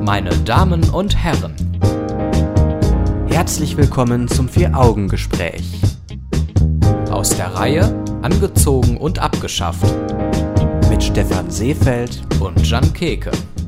Meine Damen und Herren, herzlich willkommen zum Vier-Augen-Gespräch. Aus der Reihe Angezogen und abgeschafft Mit Stefan Seefeld und Jan Keke.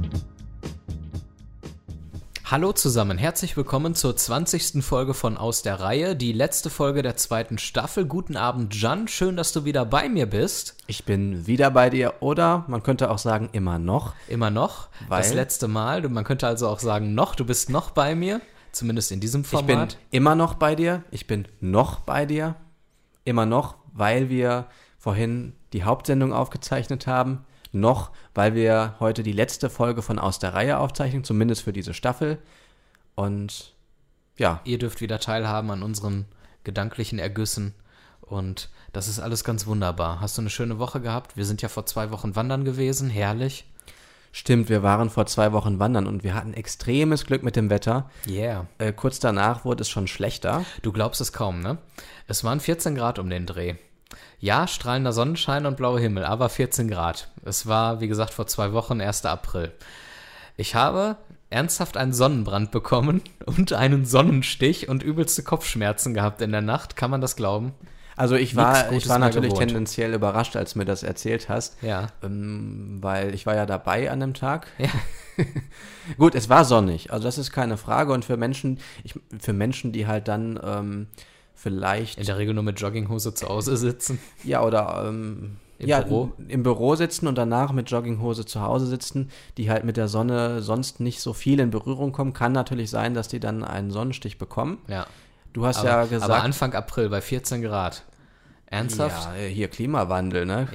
Hallo zusammen, herzlich willkommen zur 20. Folge von Aus der Reihe, die letzte Folge der 2. Staffel. Guten Abend, Jan, schön, dass du wieder bei mir bist. Ich bin wieder bei dir, oder man könnte auch sagen, immer noch. Immer noch, das letzte Mal. Man könnte also auch sagen, du bist noch bei mir, zumindest in diesem Format. Ich bin immer noch bei dir, ich bin noch bei dir, immer noch, weil wir vorhin die Hauptsendung aufgezeichnet haben. Noch, weil wir heute die letzte Folge von Aus der Reihe aufzeichnen, zumindest für diese Staffel. Und ja. Ihr dürft wieder teilhaben an unseren gedanklichen Ergüssen. Und das ist alles ganz wunderbar. Hast du eine schöne Woche gehabt? Wir sind ja vor 2 Wochen wandern gewesen. Herrlich. Stimmt, wir waren vor 2 Wochen wandern und wir hatten extremes Glück mit dem Wetter. Yeah. Kurz danach wurde es schon schlechter. Du glaubst es kaum, ne? Es waren 14 Grad um den Dreh. Ja, strahlender Sonnenschein und blauer Himmel, aber 14 Grad. Es war, wie gesagt, vor 2 Wochen, 1. April. Ich habe ernsthaft einen Sonnenbrand bekommen und einen Sonnenstich und übelste Kopfschmerzen gehabt in der Nacht. Kann man das glauben? Also ich war natürlich gewohnt. tendenziell überrascht, als du mir das erzählt hast. Ja. Weil ich war ja dabei an dem Tag. Ja. Gut, es war sonnig, also das ist keine Frage. Und für Menschen, die halt dann vielleicht in der Regel nur mit Jogginghose zu Hause sitzen. Ja, oder Büro? Im Büro sitzen und danach mit Jogginghose zu Hause sitzen, die halt mit der Sonne sonst nicht so viel in Berührung kommen, kann natürlich sein, dass die dann einen Sonnenstich bekommen. Ja. Du hast ja gesagt... Aber Anfang April bei 14 Grad. Ernsthaft? Ja, hier Klimawandel, ne?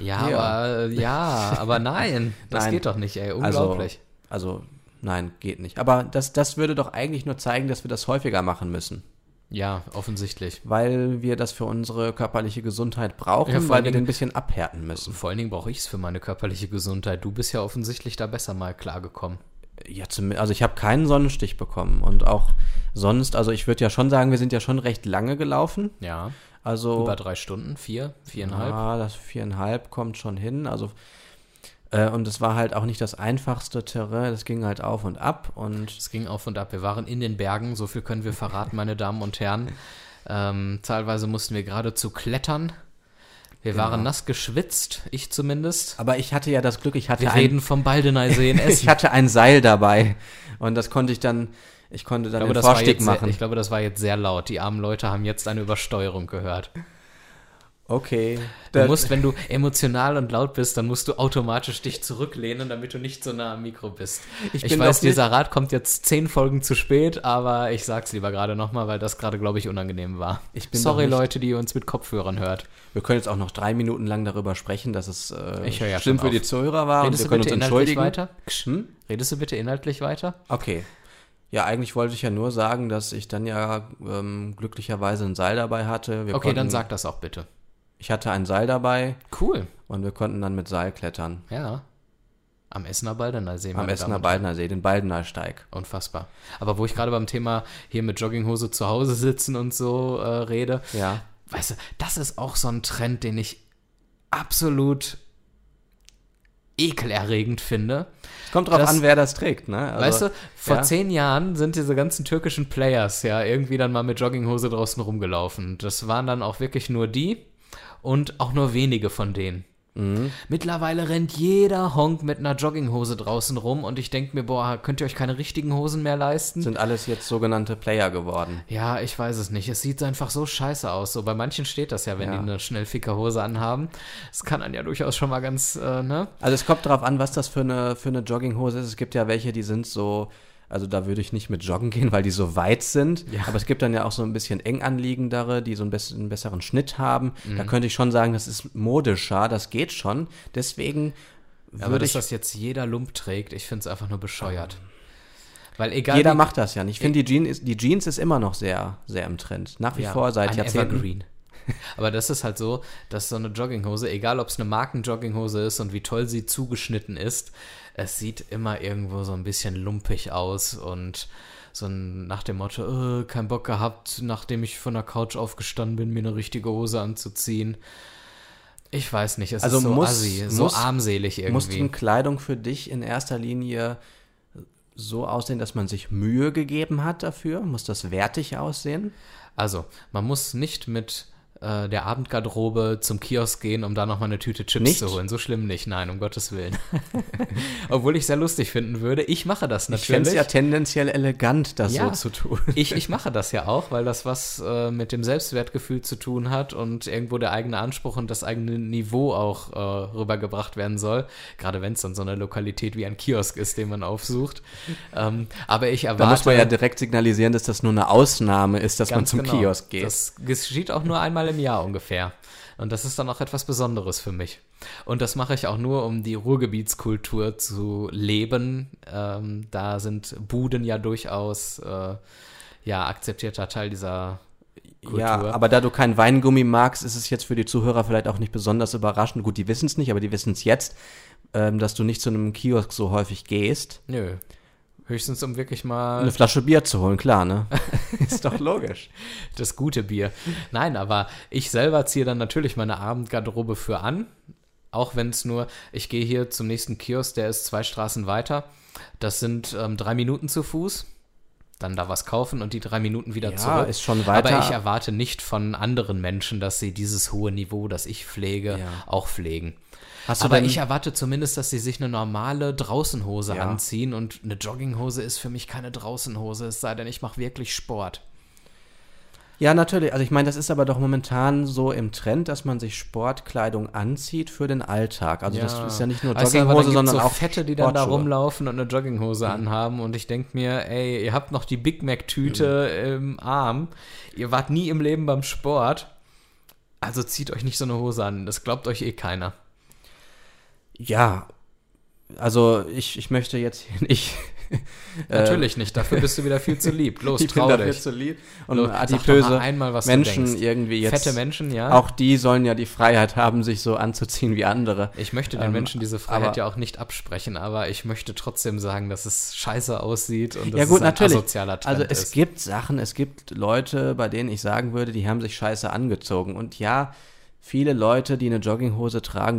Ja, aber nein, das geht doch nicht, ey, unglaublich. Also nein, geht nicht. Aber das würde doch eigentlich nur zeigen, dass wir das häufiger machen müssen. Ja, offensichtlich. Weil wir das für unsere körperliche Gesundheit brauchen, weil wir den ein bisschen abhärten müssen. Vor allen Dingen brauche ich es für meine körperliche Gesundheit. Du bist ja offensichtlich da besser mal klargekommen. Ja, also ich habe keinen Sonnenstich bekommen und auch sonst, also ich würde ja schon sagen, wir sind ja schon recht lange gelaufen. Ja, also über 3 Stunden, 4,5. Ja, das 4,5 kommt schon hin, also und es war halt auch nicht das einfachste Terrain, das ging halt auf und ab. Es ging auf und ab, wir waren in den Bergen, so viel können wir verraten, meine Damen und Herren. Teilweise mussten wir geradezu klettern. Wir waren nass geschwitzt, ich zumindest. Aber ich hatte ja das Glück, wir reden vom Baldeneysee in Essen. Ich hatte ein Seil dabei und das konnte ich dann den Vorstieg machen. Ich glaube, das war jetzt sehr laut. Die armen Leute haben jetzt eine Übersteuerung gehört. Okay. Du musst, wenn du emotional und laut bist, dann musst du automatisch dich zurücklehnen, damit du nicht so nah am Mikro bist. Ich weiß, dieser Rat kommt jetzt 10 Folgen zu spät, aber ich sag's lieber gerade nochmal, weil das gerade, glaube ich, unangenehm war. Sorry, Leute, die ihr uns mit Kopfhörern hört. Wir können jetzt auch noch 3 Minuten lang darüber sprechen, dass es schlimm für die Zuhörer war. Redest du bitte inhaltlich weiter? Redest du bitte inhaltlich weiter? Okay. Ja, eigentlich wollte ich ja nur sagen, dass ich dann ja glücklicherweise ein Seil dabei hatte. Dann sag das auch bitte. Ich hatte ein Seil dabei. Cool. Und wir konnten dann mit Seil klettern. Ja. Am Essener Baldeneysee. Am Essener Baldeneysee, den Baldenersteig. Unfassbar. Aber wo ich gerade beim Thema hier mit Jogginghose zu Hause sitzen und so rede. Ja. Weißt du, das ist auch so ein Trend, den ich absolut ekelerregend finde. Es kommt drauf an, wer das trägt, ne? Also, weißt du, vor 10 Jahren sind diese ganzen türkischen Players ja irgendwie dann mal mit Jogginghose draußen rumgelaufen. Das waren dann auch wirklich nur die und auch nur wenige von denen. Mhm. Mittlerweile rennt jeder Honk mit einer Jogginghose draußen rum und ich denke mir, könnt ihr euch keine richtigen Hosen mehr leisten? Sind alles jetzt sogenannte Player geworden. Ja, ich weiß es nicht. Es sieht einfach so scheiße aus. So bei manchen steht das ja, wenn die eine Schnellficker-Hose anhaben. Das kann dann ja durchaus schon mal ganz, ne? Also es kommt drauf an, was das für eine Jogginghose ist. Es gibt ja welche, die sind so, also da würde ich nicht mit joggen gehen, weil die so weit sind. Ja. Aber es gibt dann ja auch so ein bisschen eng anliegendere, die so einen besseren Schnitt haben. Mhm. Da könnte ich schon sagen, das ist modischer, das geht schon. Deswegen aber dass das jetzt jeder Lump trägt, ich finde es einfach nur bescheuert. Weil egal jeder macht das ja nicht. Ich finde, die Jeans ist immer noch sehr, sehr im Trend. Nach wie vor seit Jahrzehnten. Evergreen. Aber das ist halt so, dass so eine Jogginghose, egal ob es eine Marken-Jogginghose ist und wie toll sie zugeschnitten ist, es sieht immer irgendwo so ein bisschen lumpig aus und so nach dem Motto, kein Bock gehabt, nachdem ich von der Couch aufgestanden bin, mir eine richtige Hose anzuziehen. Ich weiß nicht, es ist so assi, so armselig irgendwie. Muss denn Kleidung für dich in erster Linie so aussehen, dass man sich Mühe gegeben hat dafür? Muss das wertig aussehen? Also, man muss nicht mit der Abendgarderobe zum Kiosk gehen, um da nochmal eine Tüte Chips Nicht? zu holen. So schlimm nicht, nein, um Gottes Willen. Obwohl ich es sehr lustig finden würde. Ich mache das Ich natürlich. fände es ja tendenziell elegant, das Ja, so zu tun. Ich mache das ja auch, weil das was mit dem Selbstwertgefühl zu tun hat und irgendwo der eigene Anspruch und das eigene Niveau auch rübergebracht werden soll. Gerade wenn es dann so eine Lokalität wie ein Kiosk ist, den man aufsucht. Aber ich erwarte... Da muss man ja direkt signalisieren, dass das nur eine Ausnahme ist, dass man Ganz zum genau. Kiosk geht. Das geschieht auch nur einmal im Jahr ungefähr. Und das ist dann auch etwas Besonderes für mich. Und das mache ich auch nur, um die Ruhrgebietskultur zu leben. Da sind Buden ja durchaus akzeptierter Teil dieser Kultur. Ja, aber da du kein Weingummi magst, ist es jetzt für die Zuhörer vielleicht auch nicht besonders überraschend. Gut, die wissen es nicht, aber die wissen es jetzt, dass du nicht zu einem Kiosk so häufig gehst. Nö. Höchstens, um wirklich mal Eine Flasche Bier zu holen, klar, ne? Ist doch logisch. das gute Bier. Nein, aber ich selber ziehe dann natürlich meine Abendgarderobe für an. Auch wenn es nur, ich gehe hier zum nächsten Kiosk, der ist 2 Straßen weiter. Das sind 3 Minuten zu Fuß. Dann da was kaufen und die 3 Minuten wieder zurück. Ist schon weiter. Aber ich erwarte nicht von anderen Menschen, dass sie dieses hohe Niveau, das ich pflege, auch pflegen. Aber ich erwarte zumindest, dass sie sich eine normale Draußenhose anziehen und eine Jogginghose ist für mich keine Draußenhose, es sei denn, ich mache wirklich Sport. Ja, natürlich. Also ich meine, das ist aber doch momentan so im Trend, dass man sich Sportkleidung anzieht für den Alltag. Also das ist ja nicht nur Jogginghose, sondern auch Fette, die dann da rumlaufen und eine Jogginghose anhaben und ich denke mir, ey, ihr habt noch die Big Mac-Tüte im Arm, ihr wart nie im Leben beim Sport, also zieht euch nicht so eine Hose an, das glaubt euch eh keiner. Ja, also ich möchte jetzt hier nicht... Natürlich nicht, dafür bist du wieder viel zu lieb. Los, ich trau bin dich. dafür zu lieb. Und Los, sag adipöse doch mal einmal, was Menschen du denkst. irgendwie jetzt... Fette Menschen, ja. Auch die sollen ja die Freiheit haben, sich so anzuziehen wie andere. Ich möchte den Menschen diese Freiheit ja auch nicht absprechen, aber ich möchte trotzdem sagen, dass es scheiße aussieht und dass es ein asozialer Trend ist. Also es gibt Sachen, es gibt Leute, bei denen ich sagen würde, die haben sich scheiße angezogen. Und ja, viele Leute, die eine Jogginghose tragen,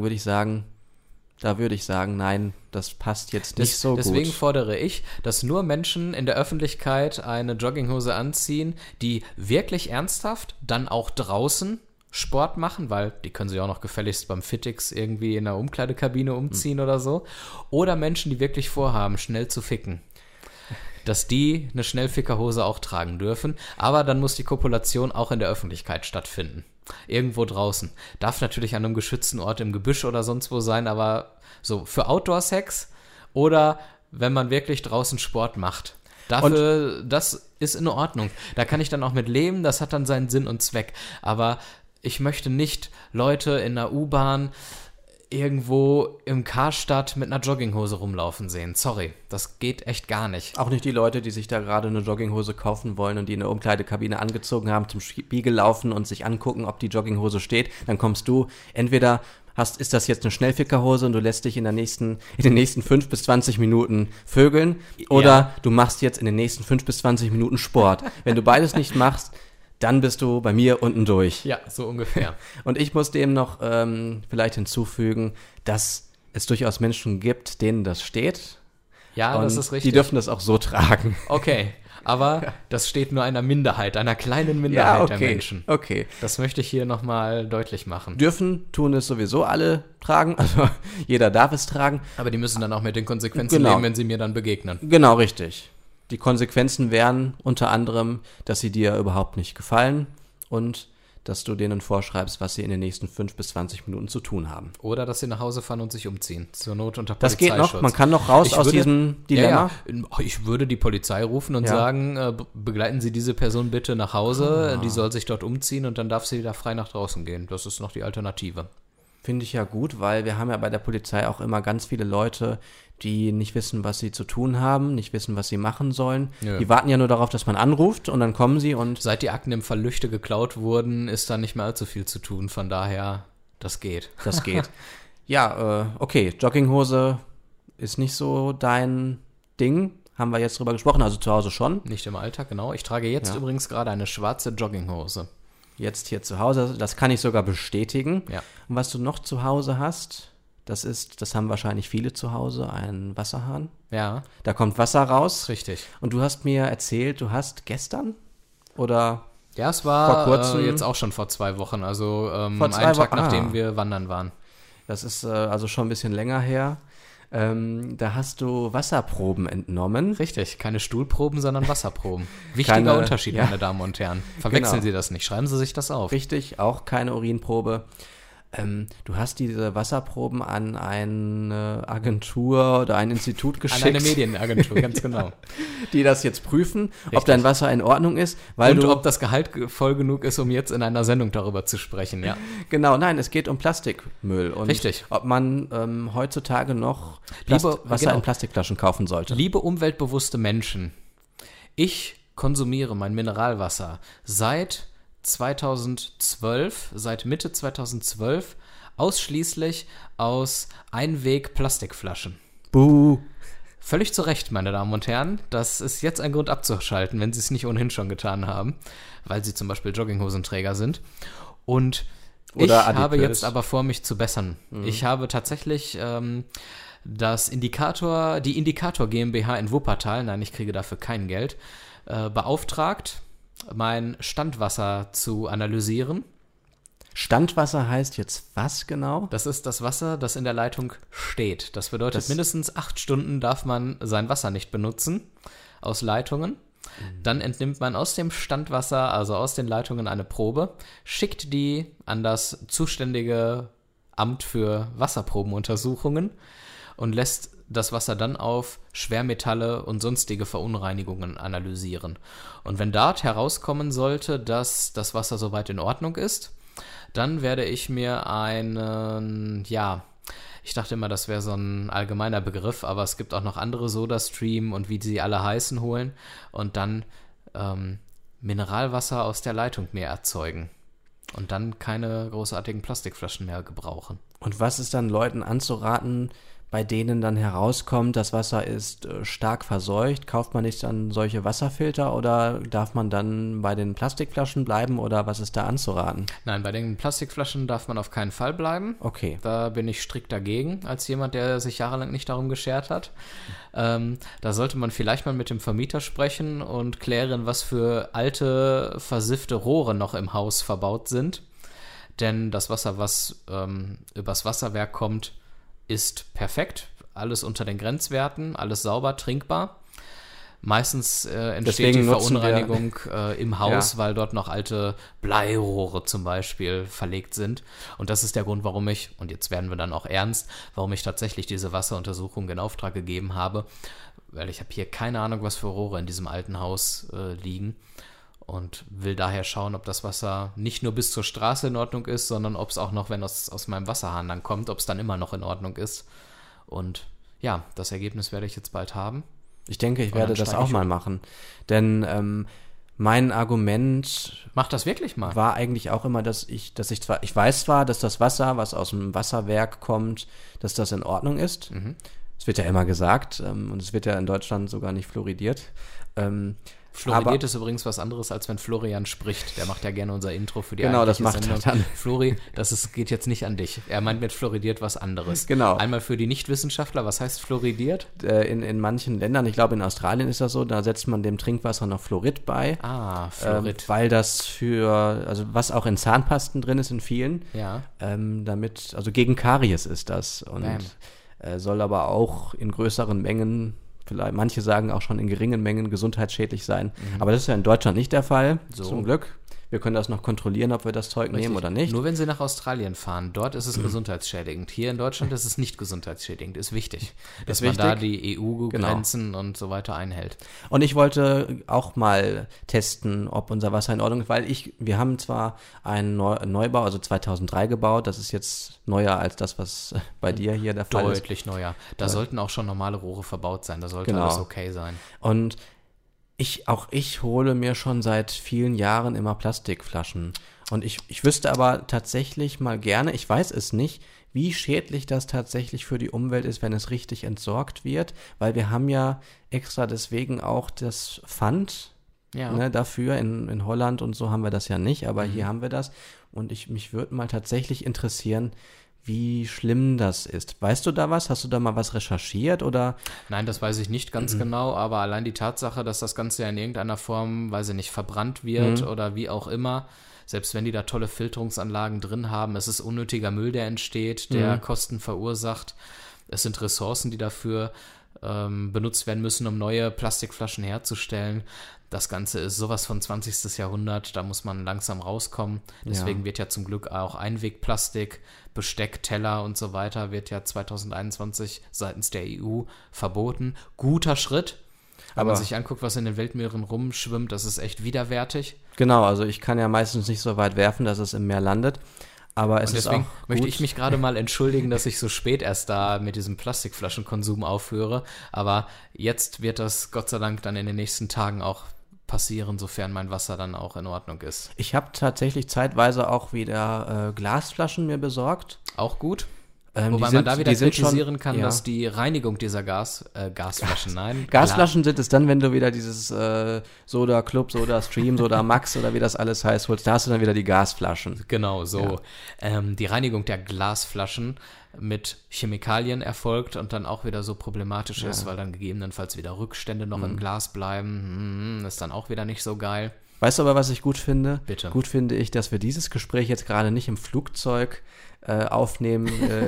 da würde ich sagen, nein, das passt jetzt nicht so gut. Deswegen fordere ich, dass nur Menschen in der Öffentlichkeit eine Jogginghose anziehen, die wirklich ernsthaft dann auch draußen Sport machen, weil die können sich auch noch gefälligst beim Fitix irgendwie in der Umkleidekabine umziehen oder so. Oder Menschen, die wirklich vorhaben, schnell zu ficken. Dass die eine Schnellfickerhose auch tragen dürfen. Aber dann muss die Kopulation auch in der Öffentlichkeit stattfinden. Irgendwo draußen. Darf natürlich an einem geschützten Ort im Gebüsch oder sonst wo sein, aber so für Outdoor-Sex oder wenn man wirklich draußen Sport macht. Dafür, das ist in Ordnung. Da kann ich dann auch mit leben, das hat dann seinen Sinn und Zweck. Aber ich möchte nicht Leute in der U-Bahn irgendwo im Karstadt mit einer Jogginghose rumlaufen sehen. Sorry, das geht echt gar nicht. Auch nicht die Leute, die sich da gerade eine Jogginghose kaufen wollen und die in der Umkleidekabine angezogen haben, zum Spiegel laufen und sich angucken, ob die Jogginghose steht. Dann kommst du, entweder ist das jetzt eine Schnellfickerhose und du lässt dich in den nächsten 5 bis 20 Minuten vögeln oder du machst jetzt in den nächsten 5 bis 20 Minuten Sport. Wenn du beides nicht machst, dann bist du bei mir unten durch. Ja, so ungefähr. Und ich muss dem noch vielleicht hinzufügen, dass es durchaus Menschen gibt, denen das steht. Ja, und das ist richtig. Die dürfen das auch so tragen. Okay, aber das steht nur einer Minderheit, einer kleinen Minderheit der Menschen. Okay. Das möchte ich hier nochmal deutlich machen. Dürfen, tun es sowieso alle tragen, also jeder darf es tragen. Aber die müssen dann auch mit den Konsequenzen leben, wenn sie mir dann begegnen. Genau, richtig. Die Konsequenzen wären unter anderem, dass sie dir überhaupt nicht gefallen und dass du denen vorschreibst, was sie in den nächsten 5 bis 20 Minuten zu tun haben. Oder dass sie nach Hause fahren und sich umziehen. Zur Not unter Polizeischutz. Das geht noch, man kann noch raus aus diesem Dilemma. Ja, ich würde die Polizei rufen und sagen, begleiten Sie diese Person bitte nach Hause, die soll sich dort umziehen und dann darf sie wieder frei nach draußen gehen. Das ist noch die Alternative. Finde ich ja gut, weil wir haben ja bei der Polizei auch immer ganz viele Leute, die nicht wissen, was sie zu tun haben, nicht wissen, was sie machen sollen. Ja. Die warten ja nur darauf, dass man anruft und dann kommen sie und... Seit die Akten im Fall Lüchte geklaut wurden, ist da nicht mehr allzu viel zu tun. Von daher, das geht. Das geht. Ja, okay, Jogginghose ist nicht so dein Ding. Haben wir jetzt drüber gesprochen, also zu Hause schon. Nicht im Alltag, genau. Ich trage jetzt übrigens gerade eine schwarze Jogginghose. Jetzt hier zu Hause, das kann ich sogar bestätigen. Ja. Und was du noch zu Hause hast, Das haben wahrscheinlich viele zu Hause, ein Wasserhahn. Ja. Da kommt Wasser raus. Richtig. Und du hast mir erzählt, du hast gestern oder Ja, es war vor kurzem, jetzt auch schon vor 2 Wochen, also vor 2 einen Tag, Wochen, nachdem wir wandern waren. das ist also schon ein bisschen länger her. Da hast du Wasserproben entnommen. Richtig, keine Stuhlproben, sondern Wasserproben. Wichtiger Unterschied, meine Damen und Herren. Verwechseln Sie das nicht, schreiben Sie sich das auf. Richtig, auch keine Urinprobe. Du hast diese Wasserproben an eine Agentur oder ein Institut geschickt. An eine Medienagentur, ganz genau. Die das jetzt prüfen, Richtig. ob dein Wasser in Ordnung ist. Und ob das Gehalt voll genug ist, um jetzt in einer Sendung darüber zu sprechen, ja. Genau, nein, es geht um Plastikmüll. Und Richtig. ob man heutzutage noch Wasser in Plastikflaschen kaufen sollte. Liebe umweltbewusste Menschen, ich konsumiere mein Mineralwasser seit Mitte 2012 ausschließlich aus Einweg-Plastikflaschen. Buh. Völlig zu Recht, meine Damen und Herren. Das ist jetzt ein Grund abzuschalten, wenn Sie es nicht ohnehin schon getan haben, weil Sie zum Beispiel Jogginghosenträger sind. Und ich habe jetzt aber vor, mich zu bessern. Ich habe tatsächlich die Indikator GmbH in Wuppertal, nein, ich kriege dafür kein Geld, beauftragt, mein Standwasser zu analysieren. Standwasser heißt jetzt was genau? Das ist das Wasser, das in der Leitung steht. Das bedeutet, mindestens 8 Stunden darf man sein Wasser nicht benutzen aus Leitungen. Dann entnimmt man aus dem Standwasser, also aus den Leitungen, eine Probe, schickt die an das zuständige Amt für Wasserprobenuntersuchungen und lässt das Wasser dann auf Schwermetalle und sonstige Verunreinigungen analysieren. Und wenn dort herauskommen sollte, dass das Wasser soweit in Ordnung ist, dann werde ich mir ich dachte immer, das wäre so ein allgemeiner Begriff, aber es gibt auch noch andere SodaStream und wie sie alle heißen holen und dann Mineralwasser aus der Leitung mehr erzeugen und dann keine großartigen Plastikflaschen mehr gebrauchen. Und was ist dann Leuten anzuraten, bei denen dann herauskommt, das Wasser ist stark verseucht? Kauft man nicht dann solche Wasserfilter oder darf man dann bei den Plastikflaschen bleiben oder was ist da anzuraten? Nein, bei den Plastikflaschen darf man auf keinen Fall bleiben. Okay. Da bin ich strikt dagegen, als jemand, der sich jahrelang nicht darum geschert hat. Da sollte man vielleicht mal mit dem Vermieter sprechen und klären, was für alte, versiffte Rohre noch im Haus verbaut sind. Denn das Wasser, was übers Wasserwerk kommt, ist perfekt, alles unter den Grenzwerten, alles sauber, trinkbar. Meistens entsteht die Verunreinigung im Haus, weil dort noch alte Bleirohre zum Beispiel verlegt sind. Und das ist der Grund, warum und jetzt werden wir dann auch ernst, warum ich tatsächlich diese Wasseruntersuchung in Auftrag gegeben habe. Weil ich habe hier keine Ahnung, was für Rohre in diesem alten Haus liegen. Und will daher schauen, ob das Wasser nicht nur bis zur Straße in Ordnung ist, sondern ob es auch noch, wenn es aus meinem Wasserhahn dann kommt, ob es dann immer noch in Ordnung ist. Und ja, das Ergebnis werde ich jetzt bald haben. Ich denke, ich werde das auch mal machen. Denn mein Argument Mach das wirklich mal. War eigentlich auch immer, ich weiß zwar, dass das Wasser, was aus dem Wasserwerk kommt, dass das in Ordnung ist. Es wird ja immer gesagt und es wird ja in Deutschland sogar nicht fluoridiert. Fluoridiert ist übrigens was anderes, als wenn Florian spricht. Der macht ja gerne unser Intro für die Genau, das macht Sendung. er dann. Flori, geht jetzt nicht an dich. Er meint mit fluoridiert was anderes. Genau. Einmal für die Nichtwissenschaftler, was heißt fluoridiert? In manchen Ländern, ich glaube in Australien ist das so, da setzt man dem Trinkwasser noch Fluorid bei. Ah, Fluorid. Weil das was auch in Zahnpasten drin ist in vielen, ja. Also gegen Karies ist das. Und soll aber auch in größeren Mengen, vielleicht manche sagen auch schon in geringen Mengen, gesundheitsschädlich sein. Aber das ist ja in Deutschland nicht der Fall, zum Glück. Wir können das noch kontrollieren, ob wir das Zeug nehmen oder nicht. Nur wenn Sie nach Australien fahren, dort ist es gesundheitsschädigend. Hier in Deutschland ist es nicht gesundheitsschädigend. Ist wichtig, dass man da die EU-Grenzen und so weiter einhält. Und ich wollte auch mal testen, ob unser Wasser in Ordnung ist, weil wir haben zwar einen Neubau, also 2003 gebaut, das ist jetzt neuer als das, was bei dir hier der Fall ist. Deutlich neuer. Da sollten auch schon normale Rohre verbaut sein, da sollte alles okay sein. Und ich hole mir schon seit vielen Jahren immer Plastikflaschen. Und ich wüsste aber tatsächlich mal gerne, ich weiß es nicht, wie schädlich das tatsächlich für die Umwelt ist, wenn es richtig entsorgt wird. Weil wir haben ja extra deswegen auch das Pfand dafür. In Holland und so haben wir das ja nicht, aber hier haben wir das. Und mich würde mal tatsächlich interessieren, wie schlimm das ist. Weißt du da was? Hast du da mal was recherchiert oder? Nein, das weiß ich nicht ganz genau, aber allein die Tatsache, dass das Ganze ja in irgendeiner Form, weiß ich nicht, verbrannt wird oder wie auch immer, selbst wenn die da tolle Filterungsanlagen drin haben, es ist unnötiger Müll, der entsteht, der Kosten verursacht. Es sind Ressourcen, die dafür benutzt werden müssen, um neue Plastikflaschen herzustellen. Das Ganze ist sowas von 20. Jahrhundert, da muss man langsam rauskommen. Deswegen wird ja zum Glück auch Einwegplastik, Besteck, Teller und so weiter wird ja 2021 seitens der EU verboten. Guter Schritt. Wenn man sich anguckt, was in den Weltmeeren rumschwimmt, das ist echt widerwärtig. Genau, also ich kann ja meistens nicht so weit werfen, dass es im Meer landet. Aber es ist auch deswegen gut. möchte ich mich gerade mal entschuldigen, dass ich so spät erst da mit diesem Plastikflaschenkonsum aufhöre. Aber jetzt wird das Gott sei Dank dann in den nächsten Tagen auch passieren, sofern mein Wasser dann auch in Ordnung ist. Ich habe tatsächlich zeitweise auch wieder Glasflaschen mir besorgt. Auch gut. Wobei man da wieder kritisieren kann, ja, dass die Reinigung dieser Gasflaschen, nein. Gasflaschen sind es dann, wenn du wieder dieses Soda Club, Soda Stream, Soda Max oder wie das alles heißt, holst, da hast du dann wieder die Gasflaschen. Genau, so. Ja. Die Reinigung der Glasflaschen mit Chemikalien erfolgt und dann auch wieder so problematisch ist, weil dann gegebenenfalls wieder Rückstände noch im Glas bleiben. Ist dann auch wieder nicht so geil. Weißt du aber, was ich gut finde? Bitte. Gut finde ich, dass wir dieses Gespräch jetzt gerade nicht im Flugzeug aufnehmen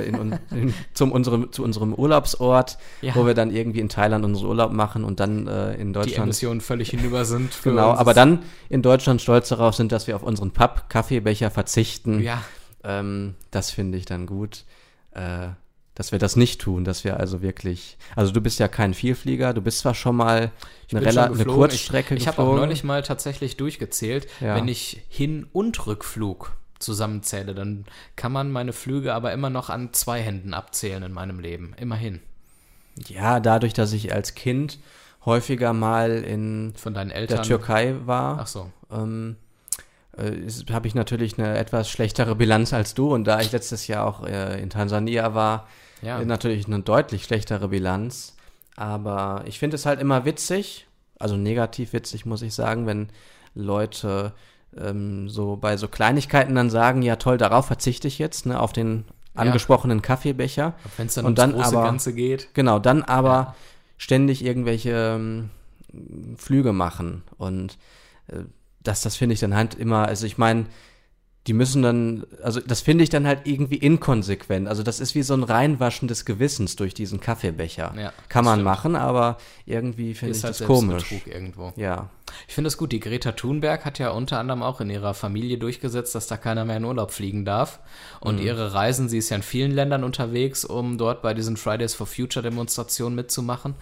zu unserem Urlaubsort, wo wir dann irgendwie in Thailand unseren Urlaub machen und dann in Deutschland die Emissionen völlig hinüber sind. Für genau, uns. Aber dann in Deutschland stolz darauf sind, dass wir auf unseren Papp-Kaffeebecher verzichten. Ja. Das finde ich dann gut, dass wir das nicht tun, dass wir also wirklich, also du bist ja kein Vielflieger, du bist zwar schon mal eine Kurzstrecke geflogen. Ich habe auch neulich mal tatsächlich durchgezählt, wenn ich Hin- und Rückflug zusammenzähle, dann kann man meine Flüge aber immer noch an 2 Händen abzählen in meinem Leben, immerhin. Ja, dadurch, dass ich als Kind häufiger mal in von deinen Eltern der Türkei war. Ach so. Habe ich natürlich eine etwas schlechtere Bilanz als du und da ich letztes Jahr auch in Tansania war, natürlich eine deutlich schlechtere Bilanz, aber ich finde es halt immer witzig, also negativ witzig muss ich sagen, wenn Leute so bei so Kleinigkeiten dann sagen, ja toll, darauf verzichte ich jetzt, ne, auf den angesprochenen Kaffeebecher. Wenn es dann ums große Ganze geht. Genau, dann aber ständig irgendwelche Flüge machen und das finde ich dann halt immer, also ich meine, die müssen dann, also das finde ich dann halt irgendwie inkonsequent. Also das ist wie so ein Reinwaschen des Gewissens durch diesen Kaffeebecher. Ja, kann man machen, aber irgendwie finde ich halt das komisch. Betrug irgendwo. Ja. Ich finde es gut, die Greta Thunberg hat ja unter anderem auch in ihrer Familie durchgesetzt, dass da keiner mehr in Urlaub fliegen darf. Und ihre Reisen, sie ist ja in vielen Ländern unterwegs, um dort bei diesen Fridays for Future Demonstrationen mitzumachen.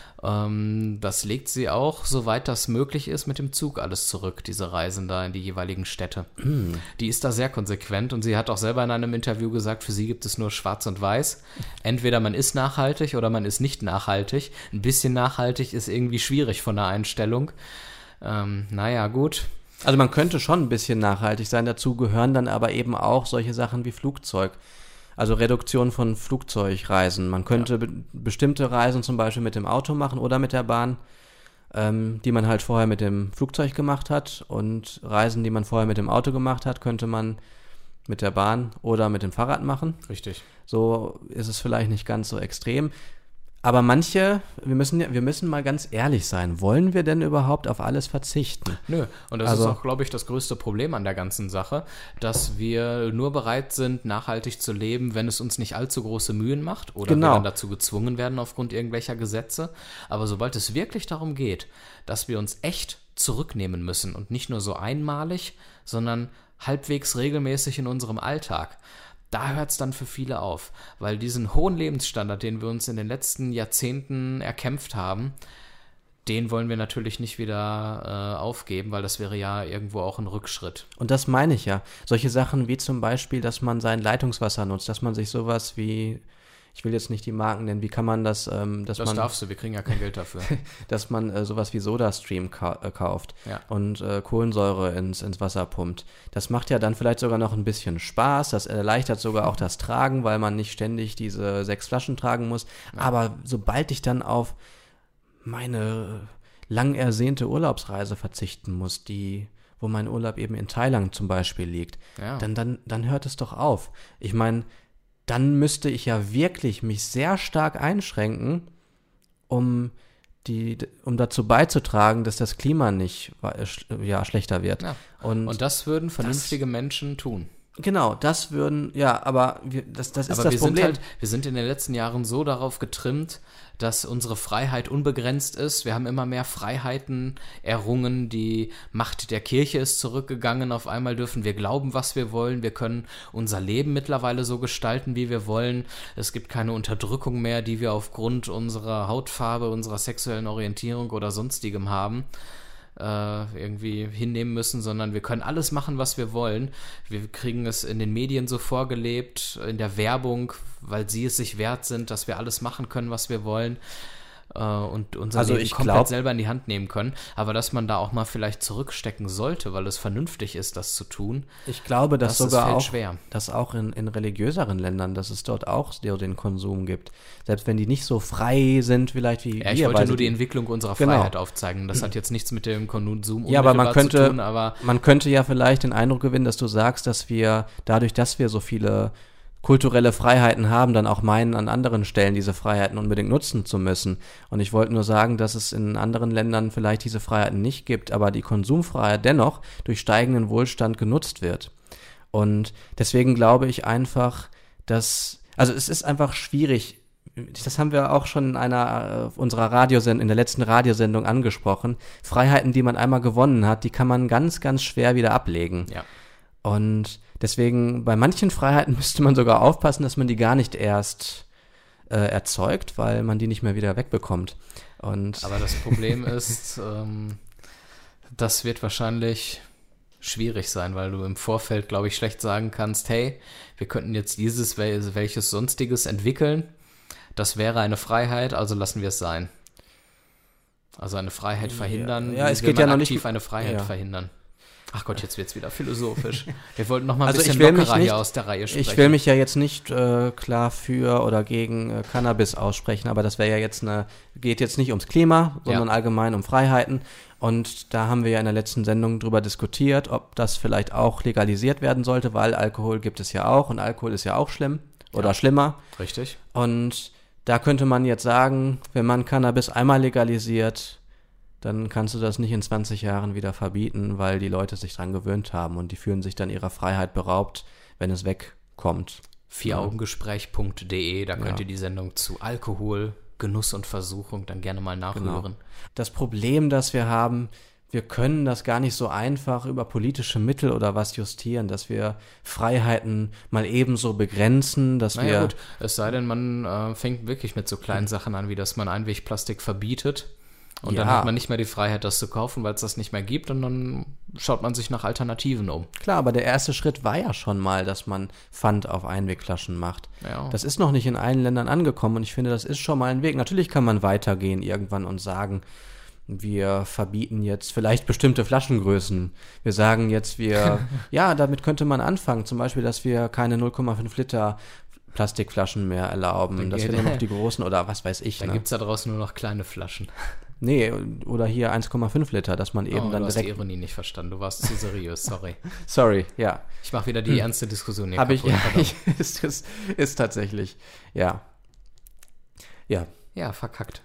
Das legt sie auch, soweit das möglich ist, mit dem Zug alles zurück, diese Reisen da in die jeweiligen Städte. Die ist da sehr konsequent und sie hat auch selber in einem Interview gesagt, für sie gibt es nur schwarz und weiß. Entweder man ist nachhaltig oder man ist nicht nachhaltig. Ein bisschen nachhaltig ist irgendwie schwierig von der Einstellung. Naja, gut. Also man könnte schon ein bisschen nachhaltig sein, dazu gehören dann aber eben auch solche Sachen wie Flugzeug. Also Reduktion von Flugzeugreisen. Man könnte bestimmte Reisen zum Beispiel mit dem Auto machen oder mit der Bahn, die man halt vorher mit dem Flugzeug gemacht hat. Und Reisen, die man vorher mit dem Auto gemacht hat, könnte man mit der Bahn oder mit dem Fahrrad machen. Richtig. So ist es vielleicht nicht ganz so extrem. Aber manche, wir müssen mal ganz ehrlich sein, wollen wir denn überhaupt auf alles verzichten? Nö, und das ist auch, glaube ich, das größte Problem an der ganzen Sache, dass wir nur bereit sind, nachhaltig zu leben, wenn es uns nicht allzu große Mühen macht oder wir dann dazu gezwungen werden aufgrund irgendwelcher Gesetze. Aber sobald es wirklich darum geht, dass wir uns echt zurücknehmen müssen und nicht nur so einmalig, sondern halbwegs regelmäßig in unserem Alltag, da hört es dann für viele auf, weil diesen hohen Lebensstandard, den wir uns in den letzten Jahrzehnten erkämpft haben, den wollen wir natürlich nicht wieder aufgeben, weil das wäre ja irgendwo auch ein Rückschritt. Und das meine ich ja. Solche Sachen wie zum Beispiel, dass man sein Leitungswasser nutzt, dass man sich sowas wie, ich will jetzt nicht die Marken nennen, wie kann man das, das darfst du, wir kriegen ja kein Geld dafür. Dass man sowas wie SodaStream kauft und Kohlensäure ins Wasser pumpt. Das macht ja dann vielleicht sogar noch ein bisschen Spaß, das erleichtert sogar auch das Tragen, weil man nicht ständig diese 6 Flaschen tragen muss. Ja. Aber sobald ich dann auf meine lang ersehnte Urlaubsreise verzichten muss, wo mein Urlaub eben in Thailand zum Beispiel liegt, dann hört es doch auf. Ich meine, dann müsste ich ja wirklich mich sehr stark einschränken, um dazu beizutragen, dass das Klima nicht schlechter wird. Ja. Und das würden vernünftige Menschen tun. Genau, das würden, ja, aber das ist aber das Problem. Wir sind in den letzten Jahren so darauf getrimmt, dass unsere Freiheit unbegrenzt ist. Wir haben immer mehr Freiheiten errungen. Die Macht der Kirche ist zurückgegangen. Auf einmal dürfen wir glauben, was wir wollen. Wir können unser Leben mittlerweile so gestalten, wie wir wollen. Es gibt keine Unterdrückung mehr, die wir aufgrund unserer Hautfarbe, unserer sexuellen Orientierung oder sonstigem haben. Irgendwie hinnehmen müssen, sondern wir können alles machen, was wir wollen. Wir kriegen es in den Medien so vorgelebt, in der Werbung, weil sie es sich wert sind, dass wir alles machen können, was wir wollen. Und unser Leben komplett selber in die Hand nehmen können. Aber dass man da auch mal vielleicht zurückstecken sollte, weil es vernünftig ist, das zu tun. Ich glaube, dass sogar auch, schwer. Dass auch in religiöseren Ländern, dass es dort auch den Konsum gibt. Selbst wenn die nicht so frei sind, vielleicht wie wir. Ich wollte nur die Entwicklung unserer Freiheit aufzeigen. Das hat jetzt nichts mit dem Konsum aber zu tun. Aber man könnte ja vielleicht den Eindruck gewinnen, dass du sagst, dass wir dadurch, dass wir so viele kulturelle Freiheiten haben, dann auch meinen, an anderen Stellen diese Freiheiten unbedingt nutzen zu müssen. Und ich wollte nur sagen, dass es in anderen Ländern vielleicht diese Freiheiten nicht gibt, aber die Konsumfreiheit dennoch durch steigenden Wohlstand genutzt wird. Und deswegen glaube ich einfach, es ist einfach schwierig. Das haben wir auch schon in einer unserer in der letzten Radiosendung angesprochen. Freiheiten, die man einmal gewonnen hat, die kann man ganz, ganz schwer wieder ablegen. Ja. Und deswegen, bei manchen Freiheiten müsste man sogar aufpassen, dass man die gar nicht erst erzeugt, weil man die nicht mehr wieder wegbekommt. Aber das Problem ist, das wird wahrscheinlich schwierig sein, weil du im Vorfeld, glaube ich, schlecht sagen kannst, hey, wir könnten jetzt welches Sonstiges entwickeln. Das wäre eine Freiheit, also lassen wir es sein. Also eine Freiheit verhindern. Ja, es geht ja noch nicht. Eine Freiheit verhindern. Ach Gott, jetzt wird's wieder philosophisch. Wir wollten noch mal ein bisschen lockerer hier aus der Reihe sprechen. Ich will mich ja jetzt nicht klar für oder gegen Cannabis aussprechen, aber das wäre ja geht jetzt nicht ums Klima, sondern allgemein um Freiheiten. Und da haben wir ja in der letzten Sendung drüber diskutiert, ob das vielleicht auch legalisiert werden sollte, weil Alkohol gibt es ja auch und Alkohol ist ja auch schlimm oder schlimmer. Richtig. Und da könnte man jetzt sagen, wenn man Cannabis einmal legalisiert, dann kannst du das nicht in 20 Jahren wieder verbieten, weil die Leute sich dran gewöhnt haben und die fühlen sich dann ihrer Freiheit beraubt, wenn es wegkommt. vieraugengespräch.de, da könnt ihr die Sendung zu Alkohol, Genuss und Versuchung dann gerne mal nachhören. Genau. Das Problem, das wir haben, wir können das gar nicht so einfach über politische Mittel oder was justieren, dass wir Freiheiten mal ebenso begrenzen, dass wir... Gut, es sei denn, man fängt wirklich mit so kleinen Sachen an, wie dass man Einwegplastik verbietet. Und dann hat man nicht mehr die Freiheit, das zu kaufen, weil es das nicht mehr gibt und dann schaut man sich nach Alternativen um. Klar, aber der erste Schritt war ja schon mal, dass man Pfand auf Einwegflaschen macht. Ja. Das ist noch nicht in allen Ländern angekommen und ich finde, das ist schon mal ein Weg. Natürlich kann man weitergehen irgendwann und sagen, wir verbieten jetzt vielleicht bestimmte Flaschengrößen. Wir sagen jetzt, damit könnte man anfangen. Zum Beispiel, dass wir keine 0,5 Liter Plastikflaschen mehr erlauben. Das wären ja noch die großen oder was weiß ich. Dann gibt's da draußen nur noch kleine Flaschen. Nee, oder hier 1,5 Liter, dass man eben dann direkt... Du hast die Ironie nicht verstanden, du warst zu seriös, sorry. Sorry, ja. Ich mache wieder die ernste Diskussion hier kaputt. Ist tatsächlich, ja. Ja. Ja, verkackt.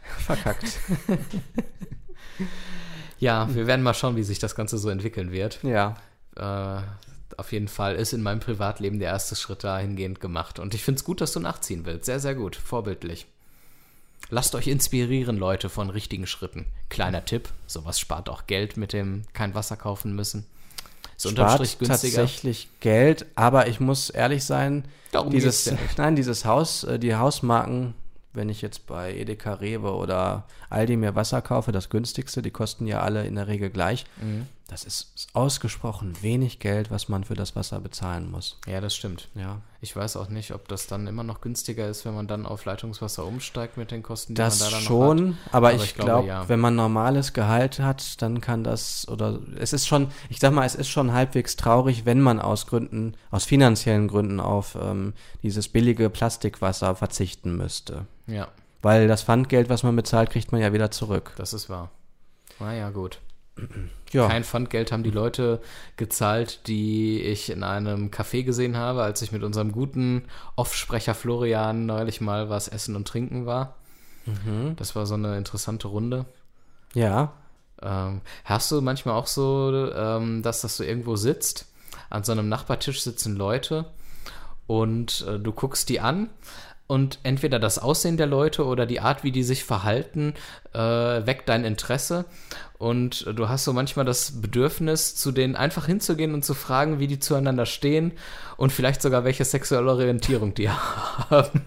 Ja, wir werden mal schauen, wie sich das Ganze so entwickeln wird. Ja. Auf jeden Fall ist in meinem Privatleben der erste Schritt dahingehend gemacht. Und ich finde es gut, dass du nachziehen willst. Sehr, sehr gut. Vorbildlich. Lasst euch inspirieren, Leute, von richtigen Schritten. Kleiner Tipp, sowas spart auch Geld mit dem kein Wasser kaufen müssen. Ist unterm Strich günstiger. Tatsächlich Geld, aber ich muss ehrlich sein, die Hausmarken, wenn ich jetzt bei Edeka, Rewe oder Aldi mir Wasser kaufe, das günstigste, die kosten ja alle in der Regel gleich. Mhm. Das ist ausgesprochen wenig Geld, was man für das Wasser bezahlen muss. Ja, das stimmt. Ja. Ich weiß auch nicht, ob das dann immer noch günstiger ist, wenn man dann auf Leitungswasser umsteigt mit den Kosten, die das man da dann schon, noch hat. Aber ich glaube, wenn man normales Gehalt hat, dann kann das, oder es ist schon, ich sag mal, es ist schon halbwegs traurig, wenn man aus finanziellen Gründen auf dieses billige Plastikwasser verzichten müsste. Ja. Weil das Pfandgeld, was man bezahlt, kriegt man ja wieder zurück. Das ist wahr. Na ja, gut. Ja. Kein Pfandgeld haben die Leute gezahlt, die ich in einem Café gesehen habe, als ich mit unserem guten Offsprecher Florian neulich mal was essen und trinken war. Das war so eine interessante Runde. Ja. Hast du manchmal auch so, dass du irgendwo sitzt, an so einem Nachbartisch sitzen Leute und du guckst die an und entweder das Aussehen der Leute oder die Art, wie die sich verhalten, weckt dein Interesse und du hast so manchmal das Bedürfnis, zu denen einfach hinzugehen und zu fragen, wie die zueinander stehen und vielleicht sogar welche sexuelle Orientierung die haben.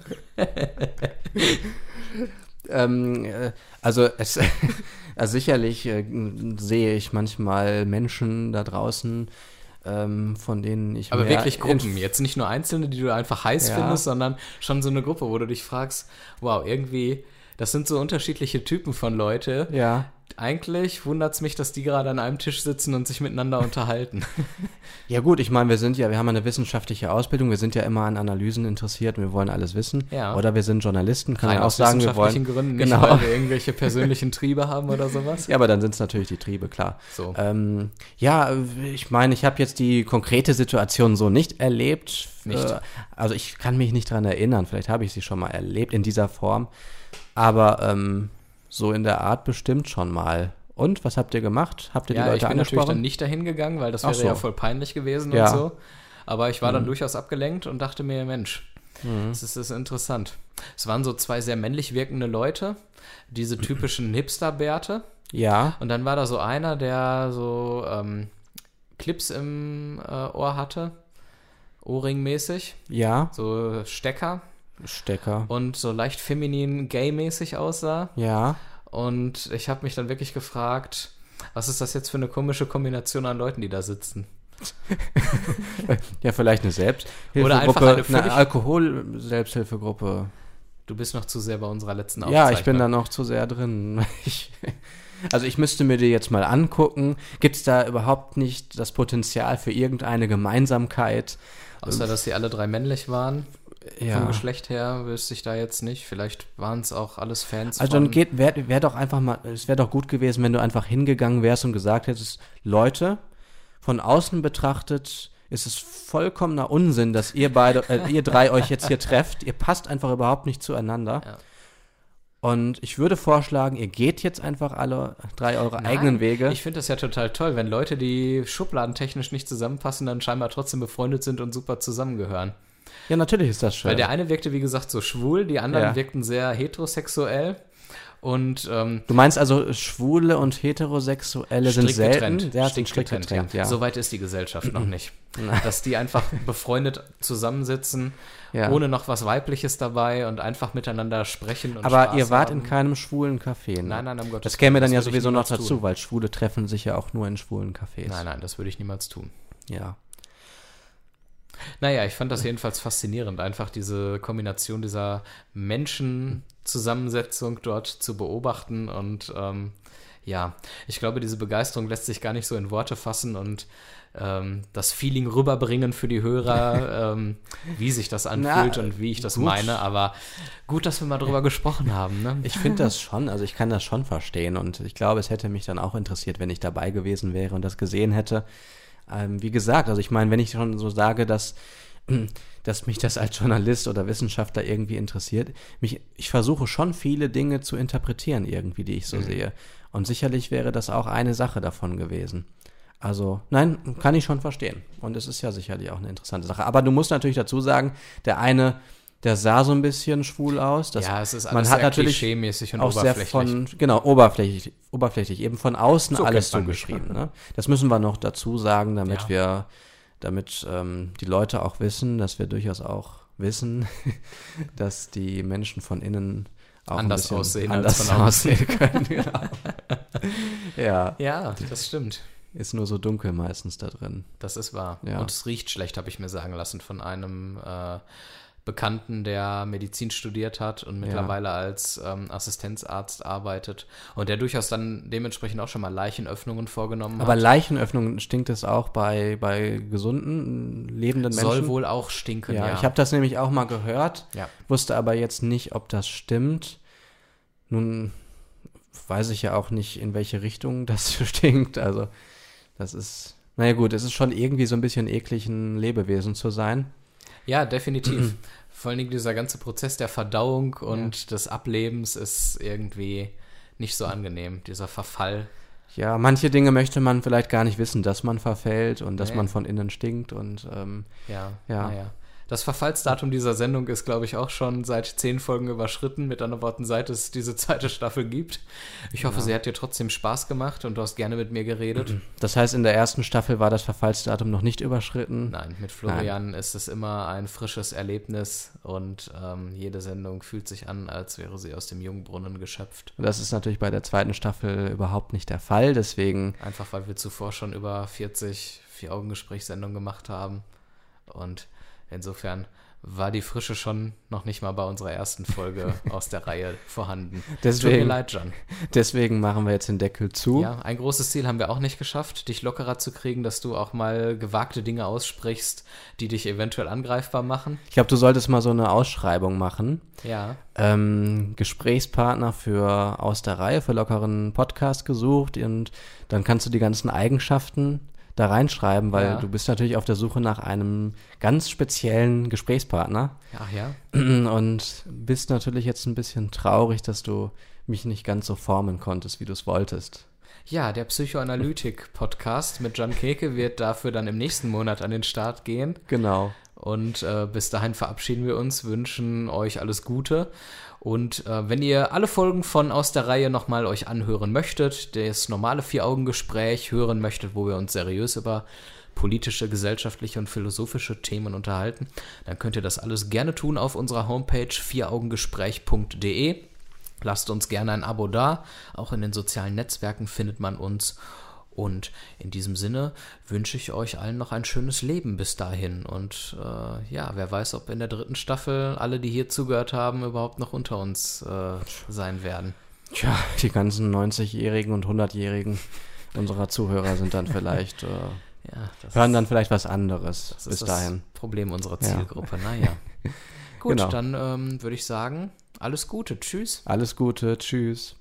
Also sicherlich sehe ich manchmal Menschen da draußen, von denen ich Aber mehr wirklich Gruppen, jetzt nicht nur Einzelne, die du einfach heiß findest, sondern schon so eine Gruppe, wo du dich fragst, wow, irgendwie, das sind so unterschiedliche Typen von Leute. Ja. Eigentlich wundert es mich, dass die gerade an einem Tisch sitzen und sich miteinander unterhalten. Ja gut, ich meine, wir haben eine wissenschaftliche Ausbildung, wir sind ja immer an Analysen interessiert und wir wollen alles wissen. Ja. Oder wir sind Journalisten, kann Rein man auch aus sagen, wir wollen. wissenschaftlichen Gründen, nicht Genau. weil wir irgendwelche persönlichen Triebe haben oder sowas. Ja, aber dann sind es natürlich die Triebe, klar. So. Ja, ich meine, ich habe jetzt die konkrete Situation so nicht erlebt. Nicht. Also ich kann mich nicht dran erinnern, vielleicht habe ich sie schon mal erlebt in dieser Form. Aber so in der Art bestimmt schon mal. Und, was habt ihr gemacht? Habt ihr die Ja, Leute ich bin angesprochen? natürlich dann nicht dahin gegangen, weil das Ach wäre so. ja voll peinlich gewesen Ja. und so. Aber ich war dann durchaus abgelenkt und dachte mir, Mensch, das ist interessant. Es waren so zwei sehr männlich wirkende Leute, diese typischen Hipster-Bärte. Ja, Und dann war da so einer, der so Clips im Ohr hatte, Ohrring-mäßig, ja, so Stecker Stecker. und so leicht feminin gay-mäßig aussah. Ja, Und ich habe mich dann wirklich gefragt, was ist das jetzt für eine komische Kombination an Leuten, die da sitzen? ja, vielleicht eine Selbsthilfegruppe, Oder einfach eine völlig- eine Alkohol-Selbsthilfegruppe. Du bist noch zu sehr bei unserer letzten Ja, ich bin da noch zu sehr drin. Also ich müsste mir die jetzt mal angucken. Gibt es da überhaupt nicht das Potenzial für irgendeine Gemeinsamkeit? Außer, dass sie alle drei männlich waren. Ja. Vom Geschlecht her wüsste ich da jetzt nicht. Vielleicht waren es auch alles Fans Also dann wäre doch einfach mal, es wäre doch gut gewesen, wenn du einfach hingegangen wärst und gesagt hättest, Leute, von außen betrachtet ist es vollkommener Unsinn, dass ihr drei euch jetzt hier trefft. Ihr passt einfach überhaupt nicht zueinander. Ja. Und ich würde vorschlagen, ihr geht jetzt einfach alle drei eure eigenen Wege. Ich finde das ja total toll, wenn Leute, die schubladentechnisch nicht zusammenpassen, dann scheinbar trotzdem befreundet sind und super zusammengehören. Ja, natürlich ist das schön. Weil der eine wirkte, wie gesagt, so schwul, die anderen Ja. wirkten sehr heterosexuell. Und Du meinst also, Schwule und Heterosexuelle sind selten? Ja, sind strikt getrennt, ja. So weit ist die Gesellschaft noch nicht. Dass die einfach befreundet zusammensitzen, Ja. ohne noch was Weibliches dabei und einfach miteinander sprechen und Aber Spaß ihr wart haben. in keinem schwulen Café, ne? Nein, um Gottes Das käme dann Willen, ja das würde ich sowieso noch niemals dazu, tun. weil Schwule treffen sich ja auch nur in schwulen Cafés. Nein, das würde ich niemals tun. Ja. Naja, ich fand das jedenfalls faszinierend, einfach diese Kombination dieser Menschenzusammensetzung dort zu beobachten und ja, ich glaube, diese Begeisterung lässt sich gar nicht so in Worte fassen und das Feeling rüberbringen für die Hörer, wie sich das anfühlt und wie ich das gut. meine, aber gut, dass wir mal drüber gesprochen haben, ne? Ich finde das schon, also ich kann das schon verstehen und ich glaube, es hätte mich dann auch interessiert, wenn ich dabei gewesen wäre und das gesehen hätte. Wie gesagt, also ich meine, wenn ich schon so sage, dass mich das als Journalist oder Wissenschaftler irgendwie interessiert, ich versuche schon viele Dinge zu interpretieren irgendwie, die ich so sehe. Und sicherlich wäre das auch eine Sache davon gewesen. Also, nein, kann ich schon verstehen. Und es ist ja sicherlich auch eine interessante Sache. Aber du musst natürlich dazu sagen, der eine, der sah so ein bisschen schwul aus. Ja, es ist alles man hat sehr natürlich klischeemäßig und auch sehr oberflächlich. oberflächlich, eben von außen So alles kennt man mich. zugeschrieben. Ne? Das müssen wir noch dazu sagen, damit Ja. die Leute auch wissen, dass wir durchaus auch wissen, dass die Menschen von innen auch Anders ein bisschen aussehen anders als von außen. aussehen können. Genau. Ja, Ja, das stimmt. ist nur so dunkel meistens da drin. Das ist wahr. Ja. Und es riecht schlecht, habe ich mir sagen lassen von einem Bekannten, der Medizin studiert hat und mittlerweile als Assistenzarzt arbeitet und der durchaus dann dementsprechend auch schon mal Leichenöffnungen vorgenommen Aber hat. Leichenöffnungen stinkt es auch bei gesunden, lebenden Menschen? Soll wohl auch stinken, Ja, ja. ich habe das nämlich auch mal gehört, Ja. wusste aber jetzt nicht, ob das stimmt. Nun, weiß ich ja auch nicht, in welche Richtung das stinkt. Also das ist, naja gut, es ist schon irgendwie so ein bisschen eklig, ein Lebewesen zu sein. Ja, definitiv. Vor allen Dingen dieser ganze Prozess der Verdauung und des Ablebens ist irgendwie nicht so angenehm, dieser Verfall. Ja, manche Dinge möchte man vielleicht gar nicht wissen, dass man verfällt und dass man von innen stinkt und Naja. Das Verfallsdatum dieser Sendung ist, glaube ich, auch schon seit 10 Folgen überschritten. Mit anderen Worten, seit es diese zweite Staffel gibt. Ich hoffe, sie hat dir trotzdem Spaß gemacht und du hast gerne mit mir geredet. Das heißt, in der ersten Staffel war das Verfallsdatum noch nicht überschritten? Nein, mit Florian ist es immer ein frisches Erlebnis und jede Sendung fühlt sich an, als wäre sie aus dem Jungbrunnen geschöpft. Und das ist natürlich bei der zweiten Staffel überhaupt nicht der Fall, deswegen... Einfach, weil wir zuvor schon über 40 Vier-Augen-Gesprächssendungen gemacht haben und insofern war die Frische schon noch nicht mal bei unserer ersten Folge aus der Reihe vorhanden. Tut mir leid, Jan. Deswegen machen wir jetzt den Deckel zu. Ja, ein großes Ziel haben wir auch nicht geschafft, dich lockerer zu kriegen, dass du auch mal gewagte Dinge aussprichst, die dich eventuell angreifbar machen. Ich glaube, du solltest mal so eine Ausschreibung machen. Ja. Gesprächspartner für aus der Reihe, für lockeren Podcast gesucht und dann kannst du die ganzen Eigenschaften da reinschreiben, weil du bist natürlich auf der Suche nach einem ganz speziellen Gesprächspartner. Ach ja. Und bist natürlich jetzt ein bisschen traurig, dass du mich nicht ganz so formen konntest, wie du es wolltest. Ja, der Psychoanalytik-Podcast mit Jan Keke wird dafür dann im nächsten Monat an den Start gehen. Genau. Und bis dahin verabschieden wir uns, wünschen euch alles Gute. Und wenn ihr alle Folgen von Aus der Reihe nochmal euch anhören möchtet, das normale Vier-Augen-Gespräch hören möchtet, wo wir uns seriös über politische, gesellschaftliche und philosophische Themen unterhalten, dann könnt ihr das alles gerne tun auf unserer Homepage vieraugengespräch.de. Lasst uns gerne ein Abo da. Auch in den sozialen Netzwerken findet man uns. Und in diesem Sinne wünsche ich euch allen noch ein schönes Leben bis dahin. Und wer weiß, ob in der 3. Staffel alle, die hier zugehört haben, überhaupt noch unter uns sein werden. Tja, die ganzen 90-Jährigen und 100-Jährigen unserer Zuhörer sind dann vielleicht, hören dann vielleicht was anderes bis dahin. Das Problem unserer Zielgruppe, naja. Gut, Dann würde ich sagen, alles Gute, tschüss. Alles Gute, tschüss.